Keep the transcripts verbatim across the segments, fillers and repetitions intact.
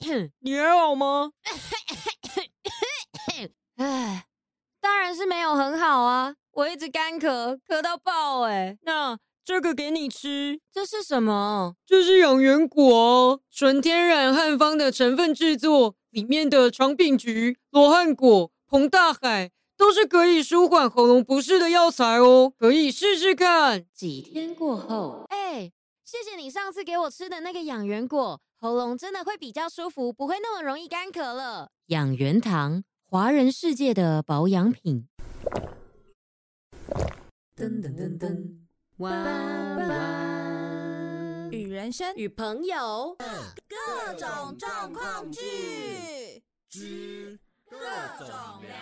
你还好吗？ 唉，当然是没有很好啊，我一直干咳，咳到爆哎。 那这个给你吃， 这是什么？ 这是养元果哦，纯天然汉方的成分制作，里面的长柄菊、罗汉果、膨大海都是可以舒缓喉咙不适的药材哦，可以试试看。 几天过后，哎，谢谢你上次给我吃的那个养元果，喉咙真的会比较舒服，不会那么容易干咳了。养元堂，华人世界的保养品。噔噔噔噔，弯弯与人生与朋友各种状况剧之各种聊。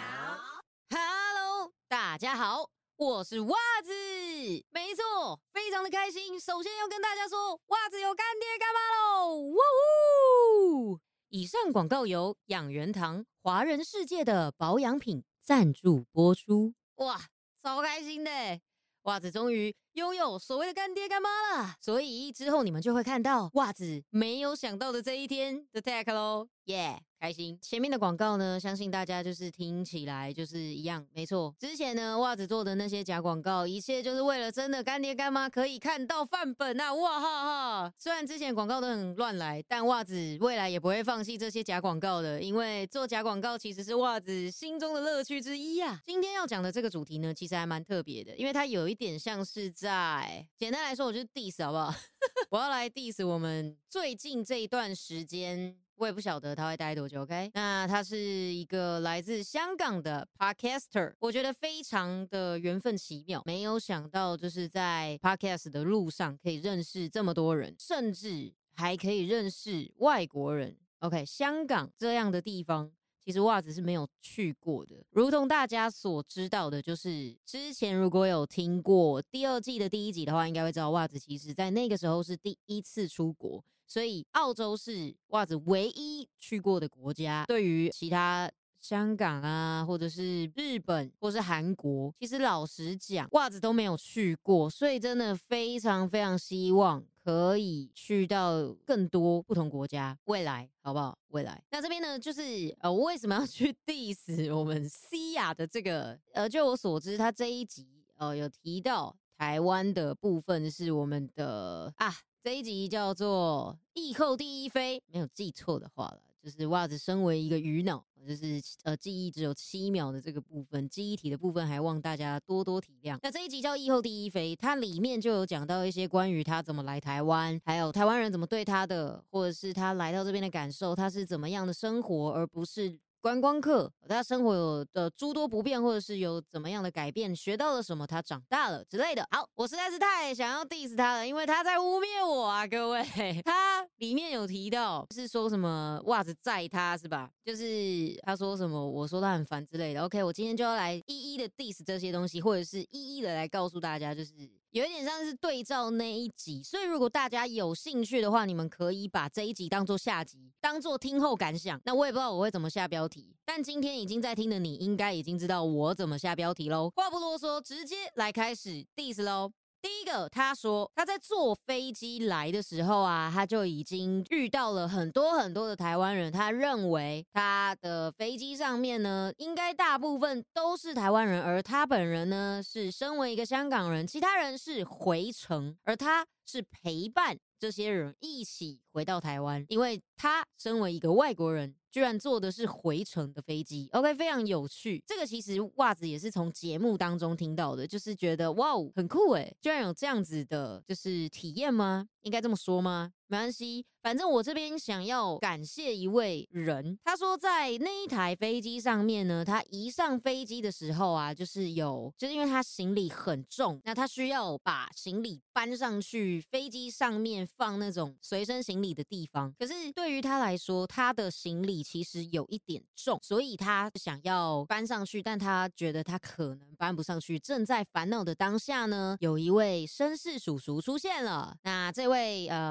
，Hello，大家好，我是袜子。没错，非常的开心。首先要跟大家说，袜子有干爹干妈喽！呜呼！以上广告由养元堂华人世界的保养品赞助播出。哇，超开心的耶！袜子终于拥有所谓的干爹干妈了，所以之后你们就会看到袜子没有想到的这一天的 tag 咯，耶、yeah 开心。前面的广告呢，相信大家就是听起来就是一样，没错。之前呢，袜子做的那些假广告，一切就是为了真的干爹干妈可以看到范本啊！哇哈哈！虽然之前广告都很乱来，但袜子未来也不会放弃这些假广告的，因为做假广告其实是袜子心中的乐趣之一啊。今天要讲的这个主题呢，其实还蛮特别的，因为它有一点像是在，简单来说，我就是 diss 好不好？我要来 diss 我们最近这一段时间。我也不晓得他会待多久 ，OK？ 那他是一个来自香港的 podcaster， 我觉得非常的缘分奇妙，没有想到就是在 podcast 的路上可以认识这么多人，甚至还可以认识外国人。OK， 香港这样的地方。其实袜子是没有去过的，如同大家所知道的，就是之前如果有听过第二季的第一集的话，应该会知道袜子其实在那个时候是第一次出国，所以澳洲是袜子唯一去过的国家。对于其他香港啊，或者是日本，或是韩国，其实老实讲，袜子都没有去过，所以真的非常非常希望可以去到更多不同国家，未来好不好？未来，那这边呢，就是呃，我为什么要去 diss 我们西亚的这个？呃，就我所知，他这一集呃有提到台湾的部分是我们的啊，这一集叫做“疫后第一飞”，没有记错的话了。就是袜子身为一个鱼脑，就是呃记忆只有七秒的这个部分，记忆体的部分还望大家多多体谅。那这一集叫《疫后第一飞》，它里面就有讲到一些关于他怎么来台湾，还有台湾人怎么对他的，或者是他来到这边的感受，他是怎么样的生活，而不是观光客，他生活有的诸多不便，或者是有怎么样的改变，学到了什么，他长大了之类的。好，我实在是太想要 diss 他了，因为他在污蔑我啊，各位。他里面有提到是说什么袜子载他是吧？就是他说什么我说他很烦之类的。OK， 我今天就要来一一的 diss 这些东西，或者是一一的来告诉大家，就是有一点像是对照那一集。所以如果大家有兴趣的话，你们可以把这一集当做下集，当做听后感想。那我也不知道我会怎么下标题，但今天已经在听的你应该已经知道我怎么下标题咯。话不啰嗦，直接来开始 diss 咯。第一个，他说他在坐飞机来的时候啊，他就已经遇到了很多很多的台湾人。他认为他的飞机上面呢，应该大部分都是台湾人，而他本人呢是身为一个香港人，其他人是回程，而他是陪伴这些人一起回到台湾，因为他身为一个外国人，居然坐的是回程的飞机。 OK， 非常有趣。这个其实袜子也是从节目当中听到的，就是觉得哇哦很酷耶，居然有这样子的就是体验吗？应该这么说吗？没关系，反正我这边想要感谢一位人，他说在那一台飞机上面呢，他一上飞机的时候啊，就是有就是因为他行李很重，那他需要把行李搬上去飞机上面放那种随身行李的地方，可是对于他来说，他的行李其实有一点重，所以他想要搬上去，但他觉得他可能搬不上去。正在烦恼的当下呢，有一位绅士叔叔出现了。那这位呃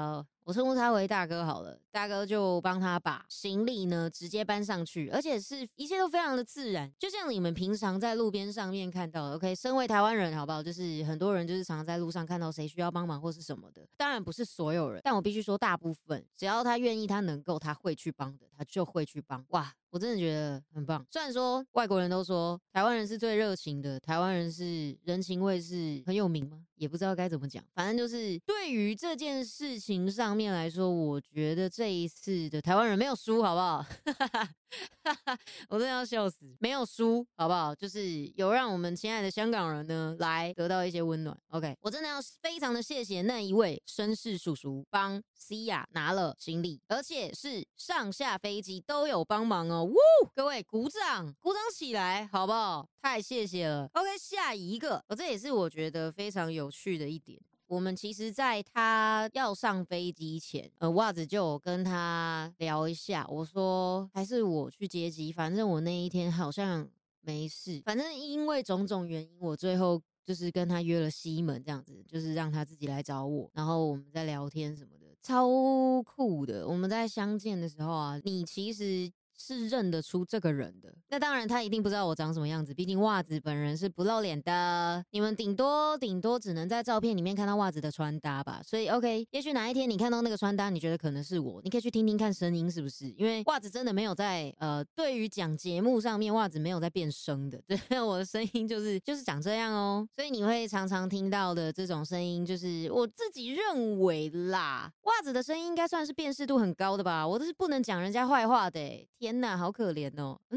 我称呼他为大哥好了，大哥就帮他把行李呢直接搬上去，而且是一切都非常的自然，就像你们平常在路边上面看到的。OK， 身为台湾人好不好？就是很多人就是常常在路上看到谁需要帮忙或是什么的，当然不是所有人，但我必须说大部分，只要他愿意，他能够，他会去帮的，他就会去帮。哇，我真的觉得很棒。虽然说外国人都说台湾人是最热情的，台湾人是人情味是很有名吗？也不知道该怎么讲，反正就是对于这件事情上面来说，我觉得这一次的台湾人没有输，好不好？我真的要笑死，没有输，好不好？就是有让我们亲爱的香港人呢来得到一些温暖。OK， 我真的要非常的谢谢那一位绅士叔叔帮西亚拿了行李，而且是上下飞机都有帮忙哦。呜，各位鼓掌，鼓掌起来，好不好？太谢谢了。OK， 下一个，哦，这也是我觉得非常有趣的一点。我们其实在他要上飞机前，呃，袜子就有跟他聊一下，我说还是我去接机，反正我那一天好像没事，反正因为种种原因，我最后就是跟他约了西门这样子，就是让他自己来找我，然后我们在聊天什么的，超酷的。我们在相见的时候啊，你其实是认得出这个人的。那当然他一定不知道我长什么样子，毕竟袜子本人是不露脸的，你们顶多顶多只能在照片里面看到袜子的穿搭吧。所以 OK， 也许哪一天你看到那个穿搭，你觉得可能是我，你可以去听听看声音是不是，因为袜子真的没有在呃对于讲节目上面，袜子没有在变声的，对，我的声音就是就是长这样哦。所以你会常常听到的这种声音，就是我自己认为啦，袜子的声音应该算是辨识度很高的吧，我都是不能讲人家坏话的欸，天哪，好可怜哦。嗯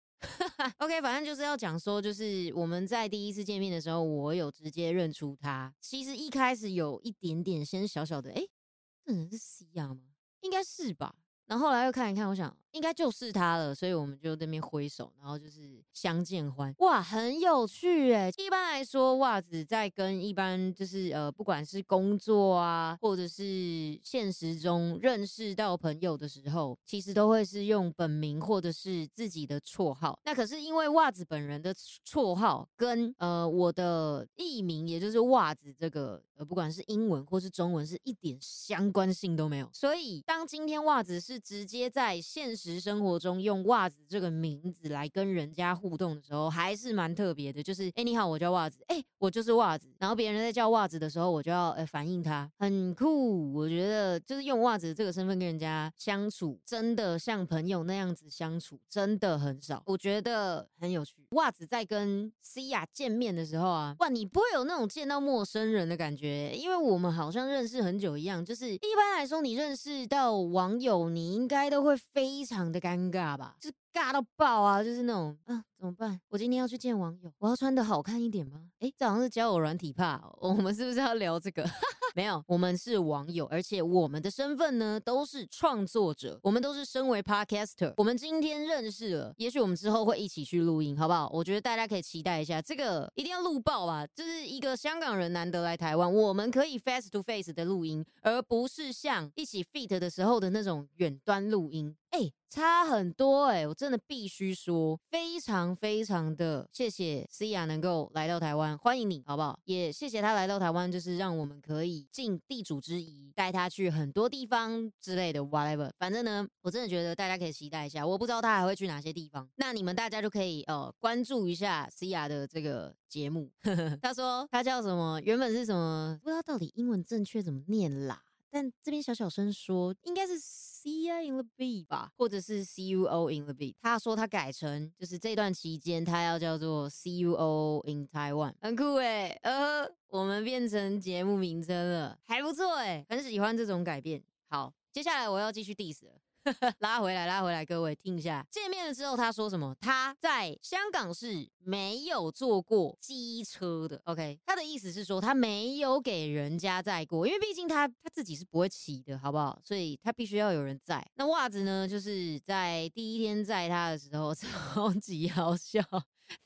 OK， 反正就是要讲说，就是我们在第一次见面的时候，我有直接认出他。其实一开始有一点点先小小的，哎，这人是西亚吗？应该是吧。然后后来又看一看，我想应该就是他了，所以我们就在那边挥手，然后就是相见欢。哇，很有趣诶。一般来说，袜子在跟一般就是呃，不管是工作啊，或者是现实中认识到朋友的时候，其实都会是用本名或者是自己的绰号。那可是因为袜子本人的绰号跟呃我的艺名，也就是袜子这个呃，不管是英文或是中文，是一点相关性都没有。所以当今天袜子是直接在现实生活中用袜子这个名字来跟人家互动的时候，还是蛮特别的。就是哎，你好，我叫袜子，哎，我就是袜子。然后别人在叫袜子的时候，我就要呃反应他，很酷。我觉得就是用袜子这个身份跟人家相处，真的像朋友那样子相处，真的很少。我觉得很有趣。袜子在跟西亚见面的时候啊，哇，你不会有那种见到陌生人的感觉，因为我们好像认识很久一样。就是一般来说，你认识到网友，你应该都会非常的尴尬吧，就是尬到爆啊，就是那种啊，怎么办？我今天要去见网友，我要穿得好看一点吗？诶，这好像是交友软体怕哦，我们是不是要聊这个？没有，我们是网友，而且我们的身份呢都是创作者，我们都是身为 podcaster。我们今天认识了，也许我们之后会一起去录音，好不好？我觉得大家可以期待一下，这个一定要录爆吧！就是一个香港人难得来台湾，我们可以 face to face 的录音，而不是像一起 feat 的时候的那种远端录音。哎，差很多哎、欸！我真的必须说，非常非常的谢谢 Sia 能够来到台湾，欢迎你，好不好？也谢谢他来到台湾，就是让我们可以尽地主之谊，带他去很多地方之类的 ，whatever。反正呢，我真的觉得大家可以期待一下，我不知道他还会去哪些地方，那你们大家就可以呃关注一下 Sia 的这个节目。他说他叫什么？原本是什么？不知道到底英文正确怎么念啦。但这边小小声说，应该是 See ya in the beat 吧，或者是 C U O in the beat。他说他改成，就是这段期间他要叫做 C U O in Taiwan， 很酷哎、欸，呃，我们变成节目名称了，还不错哎、欸，很喜欢这种改变。好，接下来我要继续 diss 了。拉回来，拉回来，各位听一下。见面了之后，他说什么？他在香港是没有坐过机车的。OK， 他的意思是说他没有给人家载过，因为毕竟他他自己是不会骑的，好不好？所以他必须要有人载。那袜子呢，就是在第一天载他的时候，超级好笑。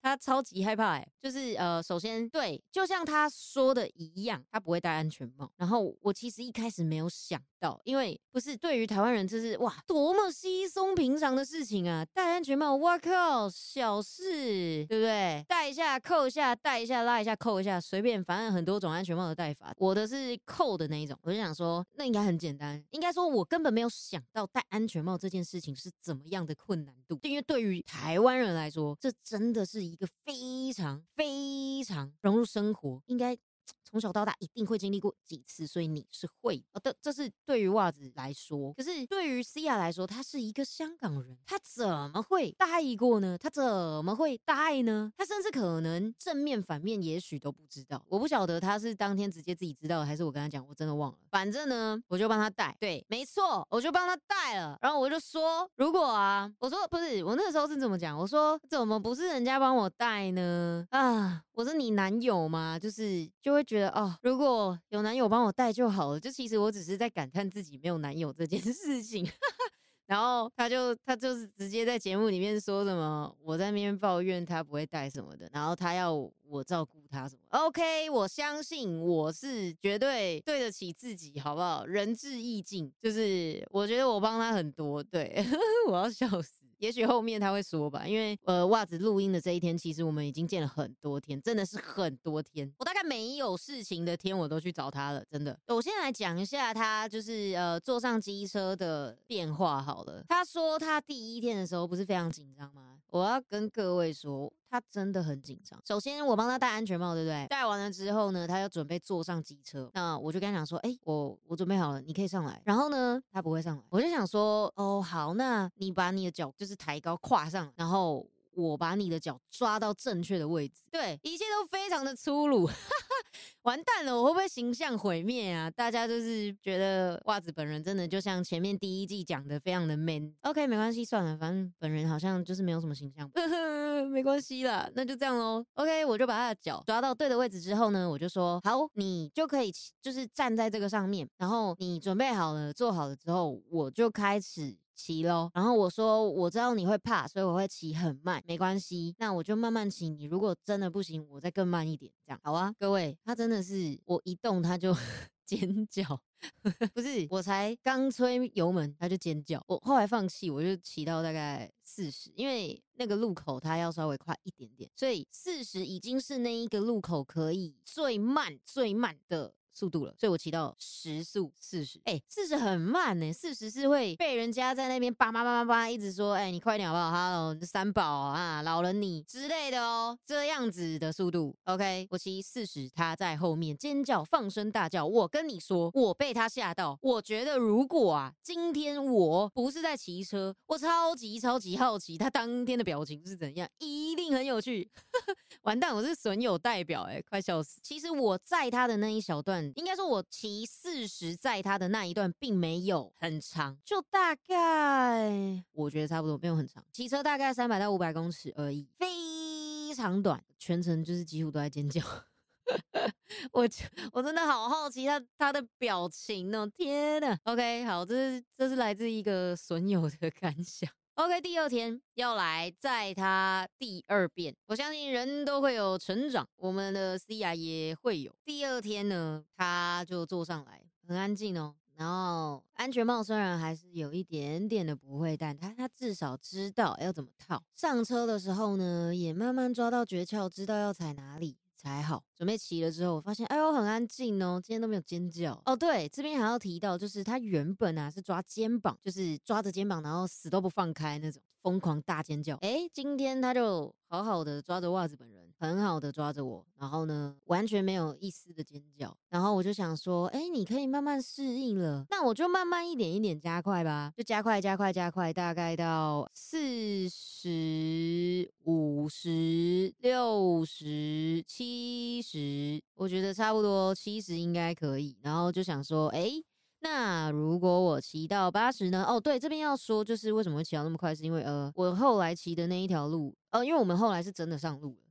他超级害怕哎、欸，就是呃，首先对，就像他说的一样，他不会戴安全帽。然后我其实一开始没有想到，因为不是对于台湾人这是哇多么稀松平常的事情啊，戴安全帽，哇靠，小事，对不对？戴一下，扣一下，戴一下，拉一下，扣一下，随便，反正很多种安全帽的戴法。我的是扣的那一种，我就想说，那应该很简单。应该说，我根本没有想到戴安全帽这件事情是怎么样的困难度，因为对于台湾人来说，这真的是一个非常非常融入生活，应该从小到大一定会经历过几次，所以你是会哦。这这是对于袜子来说，可是对于 Sia 来说，他是一个香港人，他怎么会戴过呢？他怎么会戴呢？他甚至可能正面反面也许都不知道。我不晓得他是当天直接自己知道的，还是我跟他讲，我真的忘了。反正呢，我就帮他戴，对，没错，我就帮他戴了。然后我就说，如果啊，我说不是，我那时候是怎么讲？我说怎么不是人家帮我戴呢？啊，我是你男友吗？就是就会觉得哦，如果有男友帮我戴就好了。就其实我只是在感叹自己没有男友这件事情。然后他就他就是直接在节目里面说什么我在那边抱怨他不会带什么的，然后他要我照顾他什么。OK， 我相信我是绝对对得起自己，好不好？仁至义尽，就是我觉得我帮他很多，对。我要笑死。也许后面他会说吧，因为呃袜子录音的这一天，其实我们已经见了很多天，真的是很多天。我大概没有事情的天，我都去找他了，真的。我先来讲一下他就是呃坐上机车的变化好了。他说他第一天的时候不是非常紧张吗？我要跟各位说，他真的很紧张。首先我帮他戴安全帽，对不对？戴完了之后呢，他要准备坐上机车，那我就跟他讲说，哎、欸，我我准备好了，你可以上来。然后呢，他不会上来，我就想说，哦，好，那你把你的脚就是抬高跨上来，然后我把你的脚抓到正确的位置。对，一切都非常的粗鲁。完蛋了，我会不会形象毁灭啊？大家就是觉得袜子本人真的就像前面第一季讲的非常的 man。OK， 没关系，算了，反正本人好像就是没有什么形象。没关系啦，那就这样咯。OK， 我就把他的脚抓到对的位置之后呢，我就说好，你就可以就是站在这个上面，然后你准备好了坐好了之后，我就开始骑咯。然后我说我知道你会怕，所以我会骑很慢，没关系，那我就慢慢骑，你如果真的不行我再更慢一点，这样好啊。各位，他真的是我一动他就尖叫。不是，我才刚吹油门他就尖叫，我后来放弃，我就骑到大概四十，因为那个路口它要稍微快一点点，所以四十已经是那一个路口可以最慢最慢的速度了，所以我骑到时速四十，哎，四十很慢呢、欸，四十是会被人家在那边叭叭叭叭叭一直说，哎、欸，你快点好不好？哈喽，三宝啊，老人你之类的哦，这样子的速度 ，OK， 我骑四十，他在后面尖叫，放声大叫。我跟你说，我被他吓到。我觉得如果啊，今天我不是在骑车，我超级超级好奇他当天的表情是怎样，一定很有趣。完蛋，我是损友代表哎、欸，快笑死。其实我载他的那一小段。应该说，我骑四十载他的那一段并没有很长，就大概我觉得差不多，没有很长。骑车大概三百到五百公尺而已，非常短，全程就是几乎都在尖叫。我我真的好好奇他他的表情哦，天哪 ！OK， 好，这是这是来自一个损友的感想。OK， 第二天要来载他第二遍，我相信人都会有成长，我们的 Sia 也会有。第二天呢，他就坐上来，很安静哦。然后安全帽虽然还是有一点点的不会，但他他至少知道要怎么套。上车的时候呢，也慢慢抓到诀窍，知道要踩哪里才好。准备骑了之后，我发现哎呦很安静哦，今天都没有尖叫哦。对，这边还要提到，就是他原本啊是抓肩膀，就是抓着肩膀，然后死都不放开那种疯狂大尖叫。哎，今天他就好好的抓着袜子本人，很好的抓着我，然后呢完全没有一丝的尖叫。然后我就想说，哎，你可以慢慢适应了，那我就慢慢一点一点加快吧，就加快加快加快，大概到四十、五十、六十、七十，我觉得差不多七十应该可以。然后就想说，哎，那如果我骑到八十呢？哦，对，这边要说就是为什么会骑到那么快，是因为呃，我后来骑的那一条路，呃，因为我们后来是真的上路了。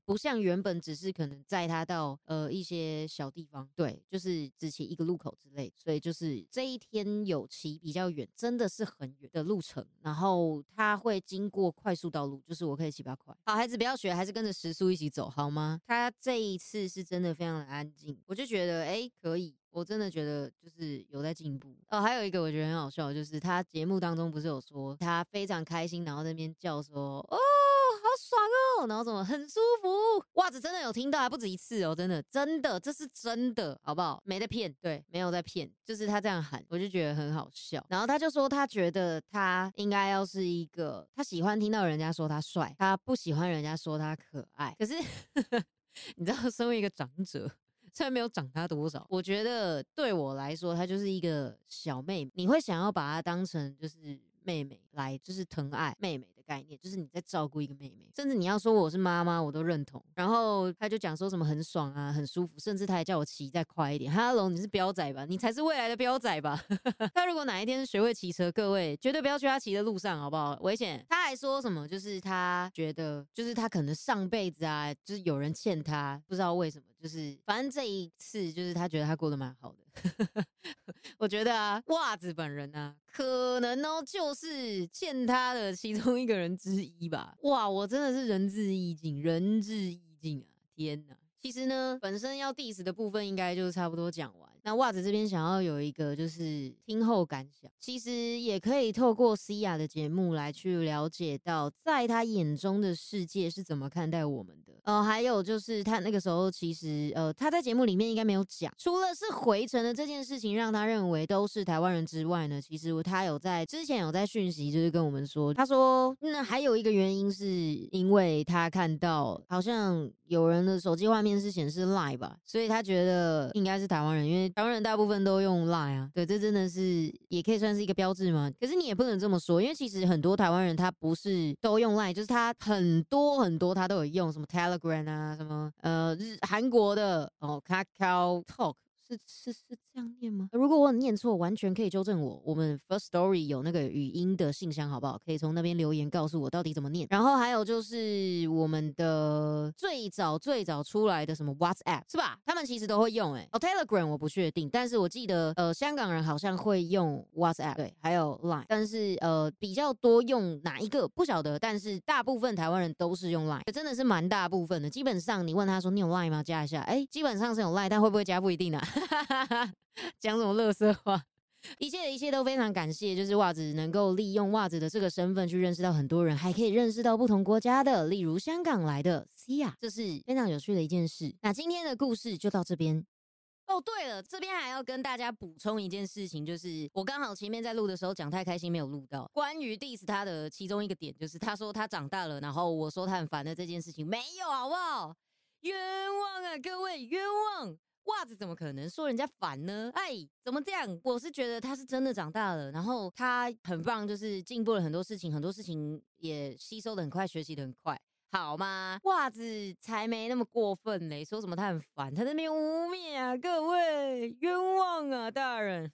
不像原本只是可能载他到呃一些小地方，对，就是只骑一个路口之类，所以就是这一天有骑比较远，真的是很远的路程，然后他会经过快速道路，就是我可以骑比较快。好，孩子不要学，还是跟着时速一起走好吗？他这一次是真的非常的安静，我就觉得哎可以。我真的觉得就是有在进步哦。还有一个我觉得很好笑，就是他节目当中不是有说他非常开心，然后在那边叫说哦好爽哦，然后怎么很舒服。袜子真的有听到，还不止一次哦，真的真的这是真的，好不好？没在骗，对，没有在骗，就是他这样喊，我就觉得很好笑。然后他就说他觉得他应该要是一个，他喜欢听到人家说他帅，他不喜欢人家说他可爱。可是你知道，身为一个长者。虽然没有长他多少，我觉得对我来说，她就是一个小妹妹。你会想要把她当成就是妹妹来，就是疼爱妹妹的概念，就是你在照顾一个妹妹。甚至你要说我是妈妈，我都认同。然后他就讲说什么很爽啊，很舒服，甚至他还叫我骑再快一点。Hello， 你是彪仔吧？你才是未来的彪仔吧？他如果哪一天学会骑车，各位绝对不要去他骑的路上，好不好？危险。他还说什么，就是他觉得，就是他可能上辈子啊，就是有人欠他，不知道为什么。就是反正这一次就是他觉得他过得蛮好的我觉得啊袜子本人啊可能哦就是欠他的其中一个人之一吧。哇我真的是仁至义尽仁至义尽啊，天哪。其实呢本身要 diss 的部分应该就差不多讲完，那袜子这边想要有一个就是听后感想，其实也可以透过 Sia 的节目来去了解到在他眼中的世界是怎么看待我们的。呃，还有就是他那个时候其实呃他在节目里面应该没有讲，除了是回程的这件事情让他认为都是台湾人之外呢，其实他有在之前有在讯息就是跟我们说，他说那还有一个原因是因为他看到好像有人的手机画面是显示 Line 吧，所以他觉得应该是台湾人，因为台湾人大部分都用 Line 啊。对，这真的是也可以算是一个标志嘛。可是你也不能这么说，因为其实很多台湾人他不是都用 Line， 就是他很多很多他都有用什么 Telegram 啊，什么呃日韩国的哦 Kakao Talk。是是是这样念吗？如果我念错，完全可以纠正我。我们 First Story 有那个语音的信箱，好不好？可以从那边留言告诉我到底怎么念。然后还有就是我们的最早最早出来的什么 WhatsApp 是吧？他们其实都会用哎、欸。哦 Telegram 我不确定，但是我记得呃香港人好像会用 WhatsApp， 对，还有 Line， 但是呃比较多用哪一个不晓得，但是大部分台湾人都是用 Line， 真的是蛮大部分的。基本上你问他说你有 Line 吗？加一下，哎，基本上是有 Line， 但会不会加不一定啊。讲什么垃圾话？一切的一切都非常感谢，就是袜子能够利用袜子的这个身份去认识到很多人，还可以认识到不同国家的，例如香港来的 Sia， 这是非常有趣的一件事。那今天的故事就到这边。哦，对了，这边还要跟大家补充一件事情，就是我刚好前面在录的时候讲太开心没有录到关于 diss 他的其中一个点，就是他说他长大了，然后我说他很烦的这件事情没有，好不好？冤枉啊，各位冤枉！袜子怎么可能说人家烦呢？哎，怎么这样？我是觉得他是真的长大了，然后他很棒，就是进步了很多事情，很多事情也吸收的很快，学习的很快，好吗？袜子才没那么过分嘞，说什么他很烦，他在那边污蔑啊，各位冤枉啊，大人。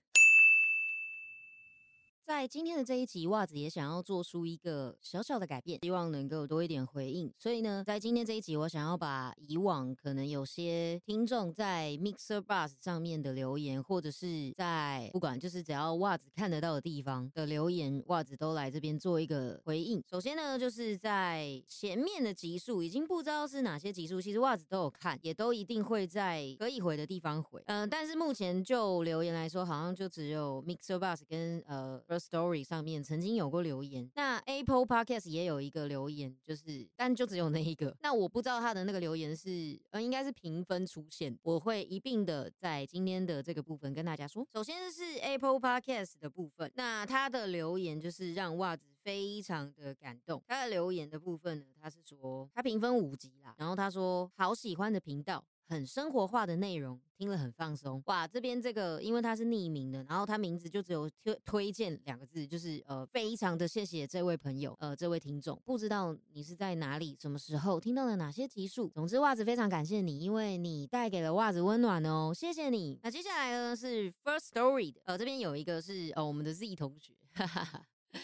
在今天的这一集，袜子也想要做出一个小小的改变，希望能够多一点回应。所以呢，在今天这一集，我想要把以往可能有些听众在 Mixer Bus 上面的留言，或者是在不管就是只要袜子看得到的地方的留言，袜子都来这边做一个回应。首先呢，就是在前面的集数，已经不知道是哪些集数，其实袜子都有看，也都一定会在可以回的地方回。嗯、呃，但是目前就留言来说，好像就只有 Mixer Bus 跟呃。Story 上面曾经有过留言，那 Apple Podcast 也有一个留言，就是但就只有那一个。那我不知道他的那个留言是呃应该是评分出现，我会一并的在今天的这个部分跟大家说。首先是 Apple Podcast 的部分，那他的留言就是让袜子非常的感动。他的留言的部分呢，他是说他评分五级啦，然后他说好喜欢的频道。很生活化的内容，听了很放松。哇，这边这个因为他是匿名的，然后他名字就只有推推荐两个字，就是呃，非常的谢谢这位朋友，呃，这位听众。不知道你是在哪里、什么时候听到了哪些集数？总之，袜子非常感谢你，因为你带给了袜子温暖哦，谢谢你。那接下来呢是 First Story 的，呃，这边有一个是呃我们的 Z 同学，哈哈哈。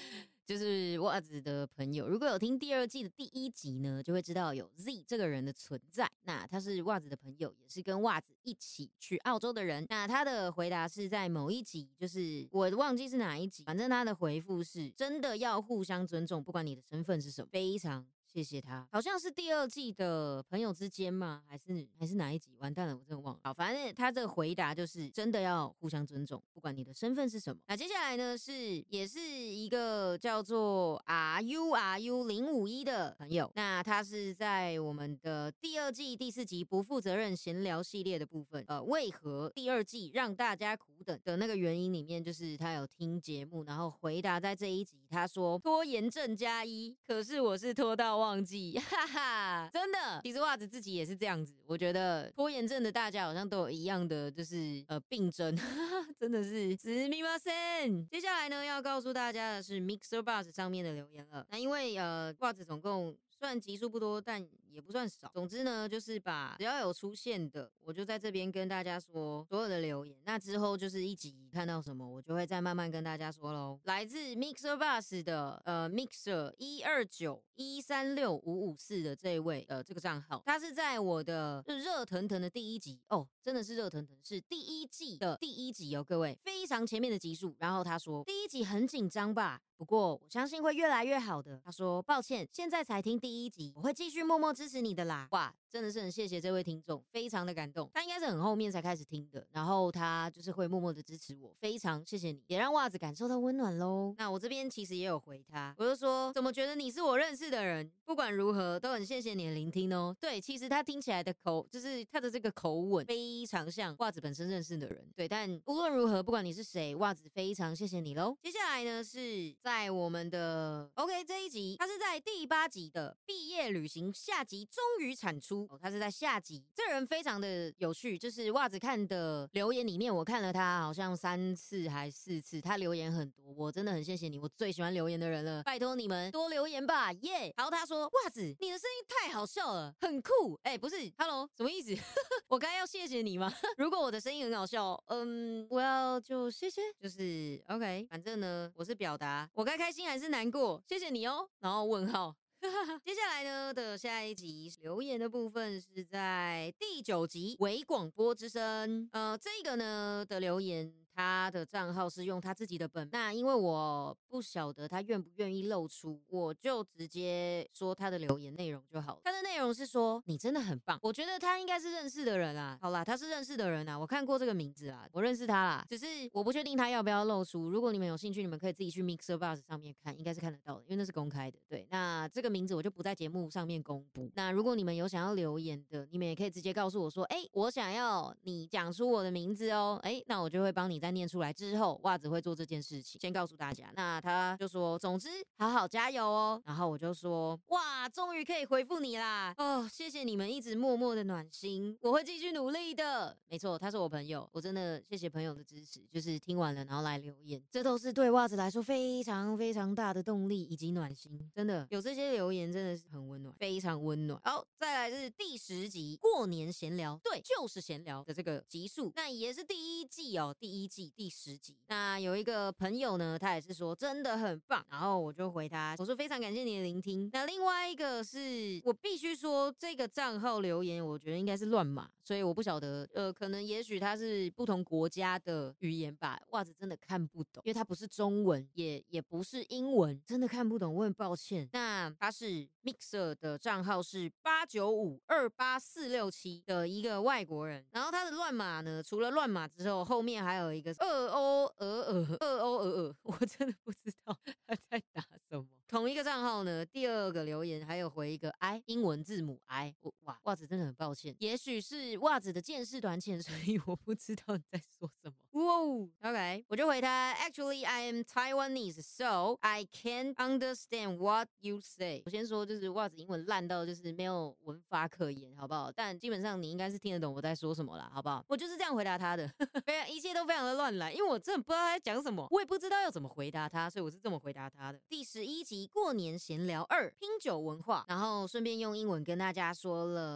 就是袜子的朋友，如果有听第二季的第一集呢，就会知道有 Z 这个人的存在。那他是袜子的朋友，也是跟袜子一起去澳洲的人。那他的回答是在某一集，就是我忘记是哪一集，反正他的回复是真的要互相尊重，不管你的身份是什么，非常谢谢他，好像是第二季的朋友之间吗？还是还是哪一集？完蛋了，我真的忘了。好，反正他这个回答就是真的要互相尊重，不管你的身份是什么。那接下来呢，是也是一个叫做 R U R U 零五一的朋友，那他是在我们的第二季第四集不负责任闲聊系列的部分，呃，为何第二季让大家苦等的那个原因里面，就是他有听节目，然后回答在这一集，他说拖延症加一，可是我是拖到忘记，哈哈，真的，其实袜子自己也是这样子。我觉得拖延症的大家好像都有一样的，就是呃病症，真的是すみません。接下来呢，要告诉大家的是 Mixer Bus 上面的留言了。那因为呃袜子总共虽然集数不多，但也不算少。总之呢，就是把只要有出现的，我就在这边跟大家说所有的留言。那之后就是一集看到什么，我就会再慢慢跟大家说喽。来自 Mixer Bus 的呃 Mixer 一二九一三六五五四的这一位呃这个账号，他是在我的热腾腾的第一集哦，真的是热腾腾，是第一季的第一集哦，各位非常前面的集数。然后他说第一集很紧张吧？不过我相信会越来越好的。他说抱歉，现在才听第一集，我会继续默默支持你的啦。哇，真的是很谢谢这位听众，非常的感动。他应该是很后面才开始听的，然后他就是会默默的支持我，非常谢谢你，也让袜子感受到温暖咯。那我这边其实也有回他，我就说怎么觉得你是我认识的人？不管如何都很谢谢你的聆听哦。对，其实他听起来的口就是他的这个口吻非常像袜子本身认识的人。对，但无论如何，不管你是谁，袜子非常谢谢你咯。接下来呢是在我们的 OK 这一集，他是在第八集的毕业旅行下集终于产出，哦，他是在下集。这个人非常的有趣，就是袜子看的留言里面，我看了他好像三次还四次，他留言很多，我真的很谢谢你，我最喜欢留言的人了，拜托你们多留言吧，耶、yeah! 然后他说袜子你的声音太好笑了，很酷，哎、欸，不是 ，Hello 什么意思？我该要谢谢你吗？如果我的声音很好笑，嗯，我要就谢谢，就是 OK， 反正呢，我是表达我该开心还是难过，谢谢你哦，然后问号。接下来呢的下一集留言的部分是在第九集微广播之声，呃，这个呢的留言，他的账号是用他自己的本，那因为我不晓得他愿不愿意露出，我就直接说他的留言内容就好了。他的内容是说你真的很棒，我觉得他应该是认识的人啦。好啦，他是认识的人啦，我看过这个名字啦，我认识他啦，只是我不确定他要不要露出。如果你们有兴趣，你们可以自己去 Mixer Bus 上面看，应该是看得到的，因为那是公开的。对，那这个名字我就不在节目上面公布。那如果你们有想要留言的，你们也可以直接告诉我说，哎、欸，我想要你讲出我的名字哦，哎、欸，那我就会帮你在念出来之后，袜子会做这件事情，先告诉大家。那他就说，总之好好加油哦。然后我就说，哇，终于可以回复你啦，哦，谢谢你们一直默默的暖心，我会继续努力的。没错，他是我朋友，我真的谢谢朋友的支持，就是听完了然后来留言，这都是对袜子来说非常非常大的动力以及暖心，真的有这些留言真的是很温暖，非常温暖。好，再来是第十集过年闲聊，对，就是闲聊的这个集数，那也是第一季哦，第一季第十集。那有一个朋友呢，他也是说真的很棒，然后我就回他，我说非常感谢你的聆听。那另外一个是我必须说，这个账号留言我觉得应该是乱码，所以我不晓得，呃，可能也许他是不同国家的语言吧，袜子真的看不懂，因为它不是中文，也也不是英文，真的看不懂，我很抱歉。那他是 Mixer 的账号是八九五二八四六七的一个外国人，然后他的乱码呢，除了乱码之后，后面还有一个二欧俄俄二欧俄俄，我真的不知道他在打什么。同一个账号呢，第二个留言还有回一个 I 英文字母 I， 哇，袜子真的很抱歉，也许是袜子的见识短浅，所以我不知道你在说什么。哇 ，OK， 我就回他 ，Actually I am Taiwanese, so I can't understand what you say。我先说，就是袜子英文烂到就是没有文法可言，好不好？但基本上你应该是听得懂我在说什么啦，好不好？我就是这样回答他的，非常一切都非常的乱来，因为我真的不知道他在讲什么，我也不知道要怎么回答他，所以我是这么回答他的。第十一集过年闲聊二拼酒文化，然后顺便用英文跟大家说了。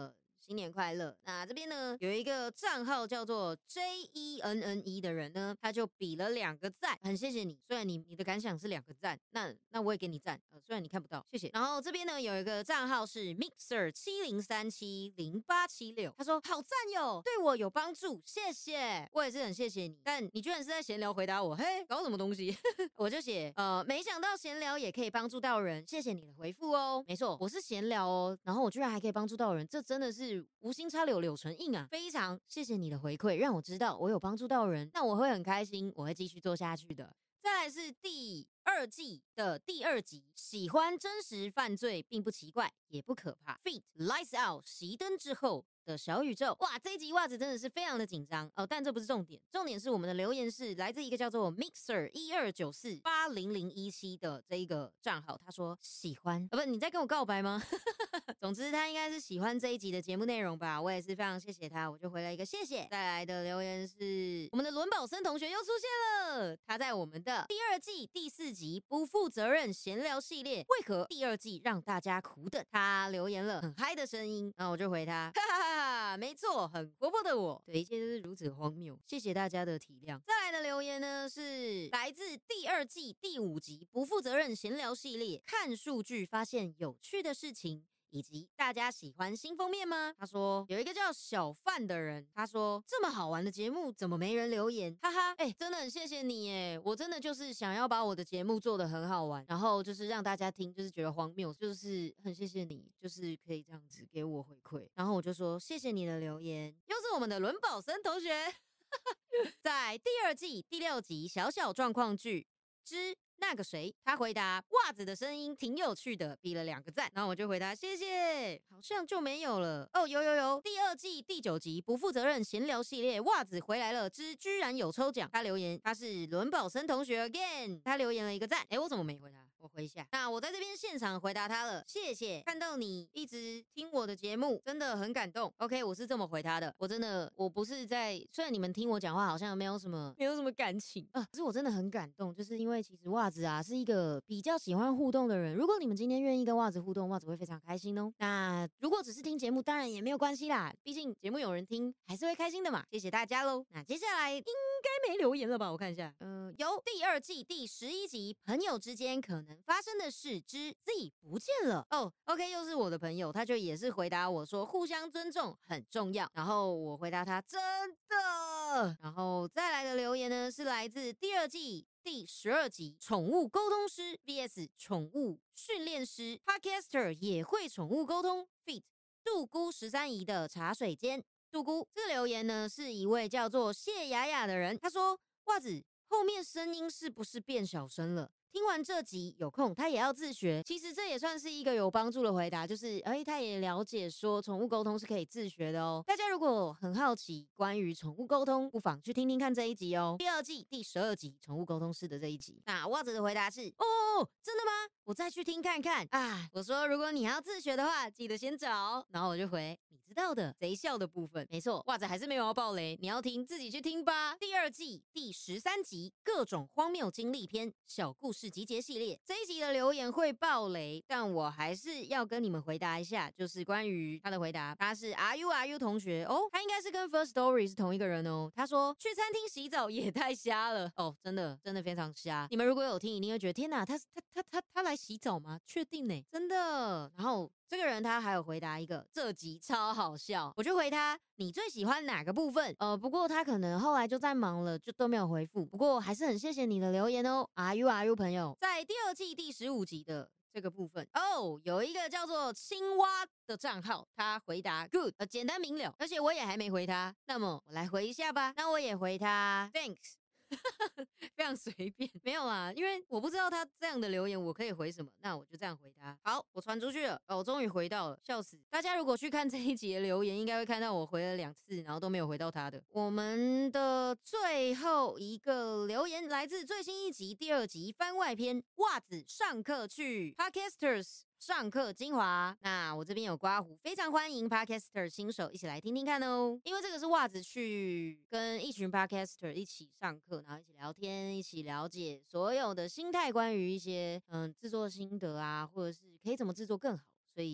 新年快乐。那这边呢有一个账号叫做 J E N N E 的人呢，他就比了两个赞，很谢谢你。虽然你你的感想是两个赞，那那我也给你赞，呃，虽然你看不到，谢谢。然后这边呢有一个账号是 Mixer 七零三七零八七六，他说好赞哟，对我有帮助，谢谢。我也是很谢谢你，但你居然是在闲聊回答我，嘿，搞什么东西？我就写呃，没想到闲聊也可以帮助到人，谢谢你的回复哦。没错，我是闲聊哦，然后我居然还可以帮助到人，这真的是无心插柳柳成荫啊！非常谢谢你的回馈，让我知道我有帮助到人，那我会很开心，我会继续做下去的。再来是第二季的第二集，喜欢真实犯罪并不奇怪，也不可怕。Feat Lights Out 熄灯之后的小宇宙，哇，这一集袜子真的是非常的紧张哦，但这不是重点，重点是我们的留言是来自一个叫做 Mixer 一二九四八零零一七的这一个账号，他说喜欢，呃，不，你在跟我告白吗？总之他应该是喜欢这一集的节目内容吧，我也是非常谢谢他，我就回了一个谢谢。再来的留言是我们的伦宝森同学又出现了，他在我们的第二季第四集不负责任闲聊系列，为何第二季让大家苦等？他留言了很嗨的声音，然后我就回他，哈哈哈哈，没错，很活泼的我，对，一切都是如此荒谬，谢谢大家的体谅。再来的留言呢是来自第二季第五集不负责任闲聊系列，看数据发现有趣的事情。以及大家喜欢新封面吗？他说有一个叫小范的人，他说这么好玩的节目怎么没人留言？哈哈，哎、欸，真的很谢谢你耶！我真的就是想要把我的节目做得很好玩，然后就是让大家听，就是觉得荒谬，就是很谢谢你，就是可以这样子给我回馈。然后我就说谢谢你的留言，又是我们的伦宝森同学，在第二季第六集小小状况剧之。那个谁，他回答袜子的声音挺有趣的，比了两个赞，然后我就回答谢谢，好像就没有了哦，有有有，第二季第九集不负责任闲聊系列，袜子回来了之居然有抽奖，他留言他是伦宝森同学 again， 他留言了一个赞，哎，我怎么没回答？我回一下，那我在这边现场回答他了，谢谢，看到你一直听我的节目，真的很感动。OK， 我是这么回他的，我真的我不是在，虽然你们听我讲话好像没有什么没有什么感情啊，可是我真的很感动，就是因为其实袜子啊是一个比较喜欢互动的人，如果你们今天愿意跟袜子互动，袜子会非常开心哦。那如果只是听节目，当然也没有关系啦，毕竟节目有人听还是会开心的嘛。谢谢大家喽。那接下来应该没留言了吧？我看一下，嗯、呃，有第二季第十一集朋友之间可能发生的事之 Z 不见了哦。OK， 又是我的朋友，他就也是回答我说互相尊重很重要，然后我回答他真的。然后再来的留言呢是来自第二季第十二集宠物沟通师 V S 宠物训练师 Podcaster 也会宠物沟通 Feat 杜姑十三姨的茶水间。杜姑这个留言呢是一位叫做谢雅雅的人，他说袜子后面声音是不是变小声了？听完这集有空他也要自学，其实这也算是一个有帮助的回答，就是哎，他也了解说宠物沟通是可以自学的哦。大家如果很好奇关于宠物沟通，不妨去听听看这一集哦，第二季第十二集宠物沟通师的这一集。那袜子的回答是哦，真的吗？我再去听看看啊。我说如果你要自学的话，记得先找，然后我就回你知道的贼笑的部分。没错，袜子还是没有要爆雷，你要听自己去听吧。第二季第十三集各种荒谬经历篇小故事集结系列，这一集的留言会爆雷，但我还是要跟你们回答一下，就是关于他的回答，他是 R U R U 同学哦，他应该是跟 First Story 是同一个人哦。他说去餐厅洗澡也太瞎了哦，真的真的非常瞎。你们如果有听，一定会觉得天哪，他他他他他来洗澡吗？确定呢，真的。然后这个人他还有回答一个这集超好笑，我就回他你最喜欢哪个部分？呃，不过他可能后来就在忙了，就都没有回复。不过还是很谢谢你的留言哦 ，R U R U 朋友，在第二季第十五集的这个部分哦，有一个叫做青蛙的账号，他回答 good， 呃，简单明了，而且我也还没回他，那么我来回一下吧。那我也回他 thanks。非常随便，没有啦，因为我不知道他这样的留言我可以回什么，那我就这样回他。好，我传出去了，哦，我终于回到了，笑死！大家如果去看这一集的留言，应该会看到我回了两次，然后都没有回到他的。我们的最后一个留言来自最新一集第二集番外篇，袜子上课去 Podcasters。上课精华，那我这边有刮胡，非常欢迎 Podcaster 新手一起来听听看哦。因为这个是袜子去跟一群 Podcaster 一起上课，然后一起聊天，一起了解所有的心态，关于一些嗯制作心得啊，或者是可以怎么制作更好，所以有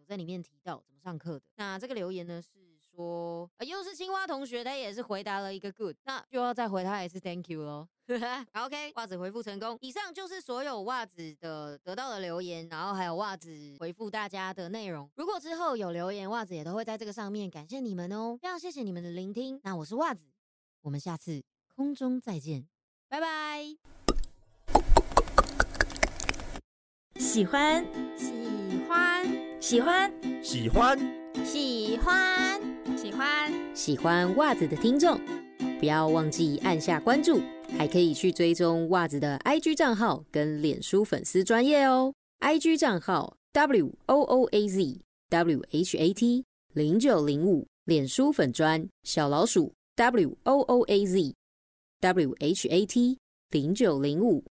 在里面提到怎么上课的。那这个留言呢是说，呃，又是青蛙同学，他也是回答了一个 good， 那就要再回他一次 thank you 咯。OK， 袜子回复成功。以上就是所有袜子的得到的留言，然后还有袜子回复大家的内容。如果之后有留言，袜子也都会在这个上面感谢你们哦，非常谢谢你们的聆听。那我是袜子，我们下次空中再见，拜拜。 喜欢， 喜欢， 喜欢， 喜欢， 喜欢，喜欢， 喜欢袜子的听众，不要忘记按下关注，还可以去追踪袜子的 I G 账号跟脸书粉丝专页哦。I G 账号 W O O A Z W H A T 零九零五，脸书粉专小老鼠 W O O A Z W H A T 零九零五。